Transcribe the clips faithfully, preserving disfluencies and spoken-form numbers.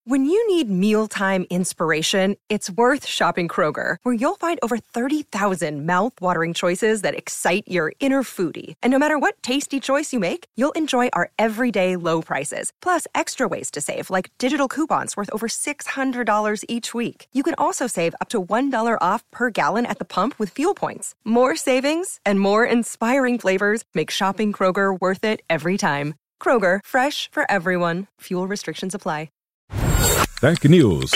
When you need mealtime inspiration, it's worth shopping Kroger, where you'll find over thirty thousand mouth-watering choices that excite your inner foodie. And no matter what tasty choice you make, you'll enjoy our everyday low prices, plus extra ways to save, like digital coupons worth over six hundred dollars each week. You can also save up to one dollar off per gallon at the pump with fuel points. More savings and more inspiring flavors make shopping Kroger worth it every time. Kroger, fresh for everyone. Fuel restrictions apply. Tech News.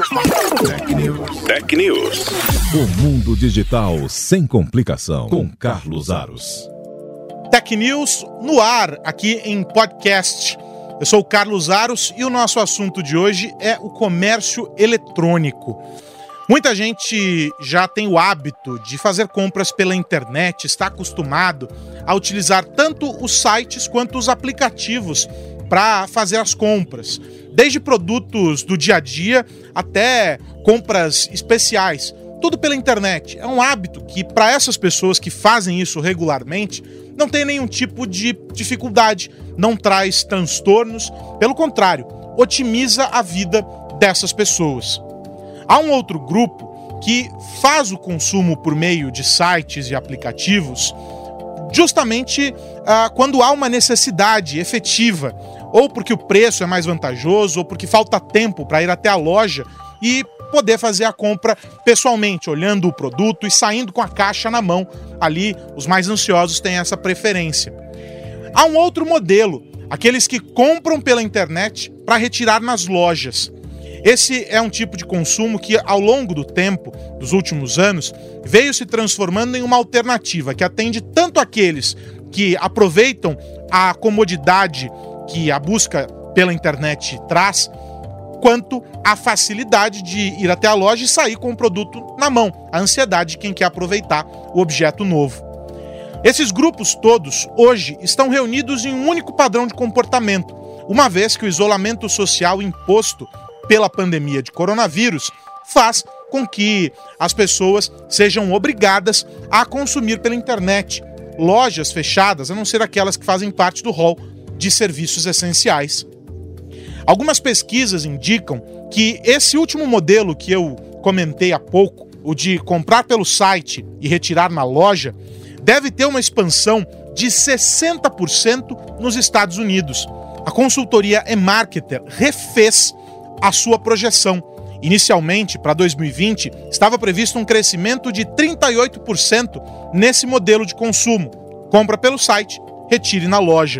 Tech News. Tech News. O mundo digital sem complicação. Com Carlos Aros. Tech News no ar, aqui em podcast. Eu sou o Carlos Aros e o nosso assunto de hoje é o comércio eletrônico. Muita gente já tem o hábito de fazer compras pela internet, está acostumado a utilizar tanto os sites quanto os aplicativos para fazer as compras. Desde produtos do dia a dia até compras especiais, tudo pela internet. É um hábito que, para essas pessoas que fazem isso regularmente, não tem nenhum tipo de dificuldade, não traz transtornos, pelo contrário, otimiza a vida dessas pessoas. Há um outro grupo que faz o consumo por meio de sites e aplicativos justamente ah, quando há uma necessidade efetiva, ou porque o preço é mais vantajoso, ou porque falta tempo para ir até a loja e poder fazer a compra pessoalmente, olhando o produto e saindo com a caixa na mão. Ali, os mais ansiosos têm essa preferência. Há um outro modelo, aqueles que compram pela internet para retirar nas lojas. Esse é um tipo de consumo que, ao longo do tempo, dos últimos anos, veio se transformando em uma alternativa que atende tanto aqueles que aproveitam a comodidade que a busca pela internet traz, quanto a facilidade de ir até a loja e sair com o produto na mão, a ansiedade de quem quer aproveitar o objeto novo. Esses grupos todos, hoje, estão reunidos em um único padrão de comportamento, uma vez que o isolamento social imposto pela pandemia de coronavírus faz com que as pessoas sejam obrigadas a consumir pela internet. Lojas fechadas, a não ser aquelas que fazem parte do rol de serviços essenciais. Algumas pesquisas indicam que esse último modelo que eu comentei há pouco, o de comprar pelo site e retirar na loja, deve ter uma expansão de sessenta por cento nos Estados Unidos. A consultoria eMarketer refez a sua projeção. Inicialmente, para dois mil e vinte, estava previsto um crescimento de trinta e oito por cento nesse modelo de consumo. Compra pelo site, retire na loja.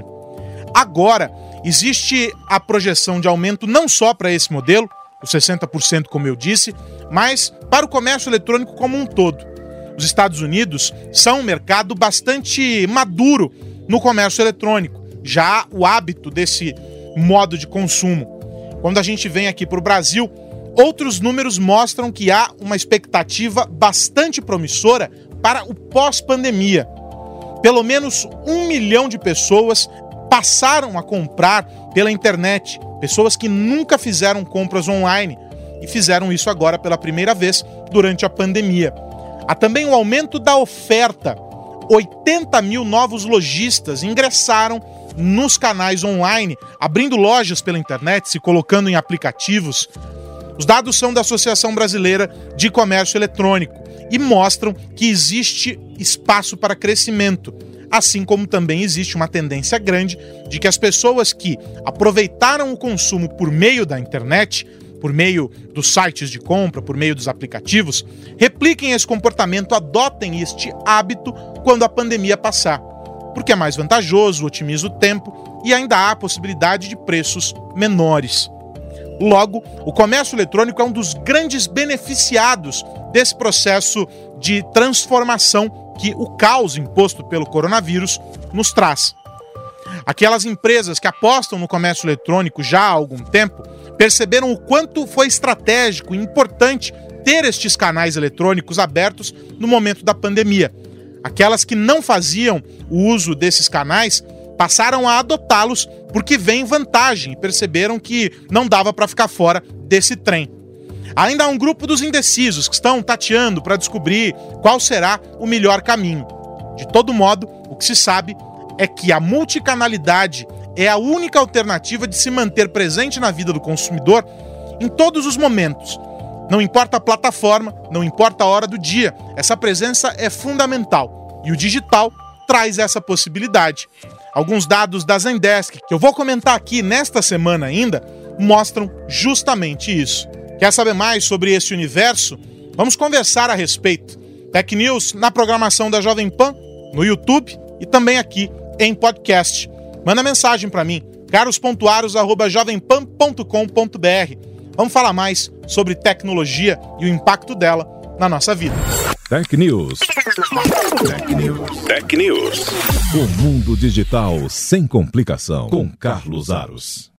Agora, existe a projeção de aumento não só para esse modelo, os sessenta por cento como eu disse, mas para o comércio eletrônico como um todo. Os Estados Unidos são um mercado bastante maduro no comércio eletrônico. Já há o hábito desse modo de consumo. Quando a gente vem aqui para o Brasil, outros números mostram que há uma expectativa bastante promissora para o pós-pandemia. Pelo menos um milhão de pessoas passaram a comprar pela internet, pessoas que nunca fizeram compras online e fizeram isso agora pela primeira vez durante a pandemia. Há também um aumento da oferta. oitenta mil novos lojistas ingressaram nos canais online, abrindo lojas pela internet, se colocando em aplicativos. Os dados são da Associação Brasileira de Comércio Eletrônico e mostram que existe espaço para crescimento, assim como também existe uma tendência grande de que as pessoas que aproveitaram o consumo por meio da internet, por meio dos sites de compra, por meio dos aplicativos, repliquem esse comportamento, adotem este hábito quando a pandemia passar, porque é mais vantajoso, otimiza o tempo e ainda há a possibilidade de preços menores. Logo, o comércio eletrônico é um dos grandes beneficiados desse processo de transformação que o caos imposto pelo coronavírus nos traz. Aquelas empresas que apostam no comércio eletrônico já há algum tempo perceberam o quanto foi estratégico e importante ter estes canais eletrônicos abertos no momento da pandemia. Aquelas que não faziam o uso desses canais passaram a adotá-los porque veem vantagem e perceberam que não dava para ficar fora desse trem. Ainda há um grupo dos indecisos que estão tateando para descobrir qual será o melhor caminho. De todo modo, o que se sabe é que a multicanalidade é a única alternativa de se manter presente na vida do consumidor em todos os momentos. Não importa a plataforma, não importa a hora do dia, essa presença é fundamental. E o digital traz essa possibilidade. Alguns dados da Zendesk, que eu vou comentar aqui nesta semana ainda, mostram justamente isso. Quer saber mais sobre esse universo? Vamos conversar a respeito. Tech News na programação da Jovem Pan, no YouTube e também aqui em podcast. Manda mensagem para mim, caros ponto aros arroba jovem pan ponto com ponto b r. Vamos falar mais sobre tecnologia e o impacto dela na nossa vida. Tech News. Tech News. Tech News. O mundo digital sem complicação. Com Carlos Aros.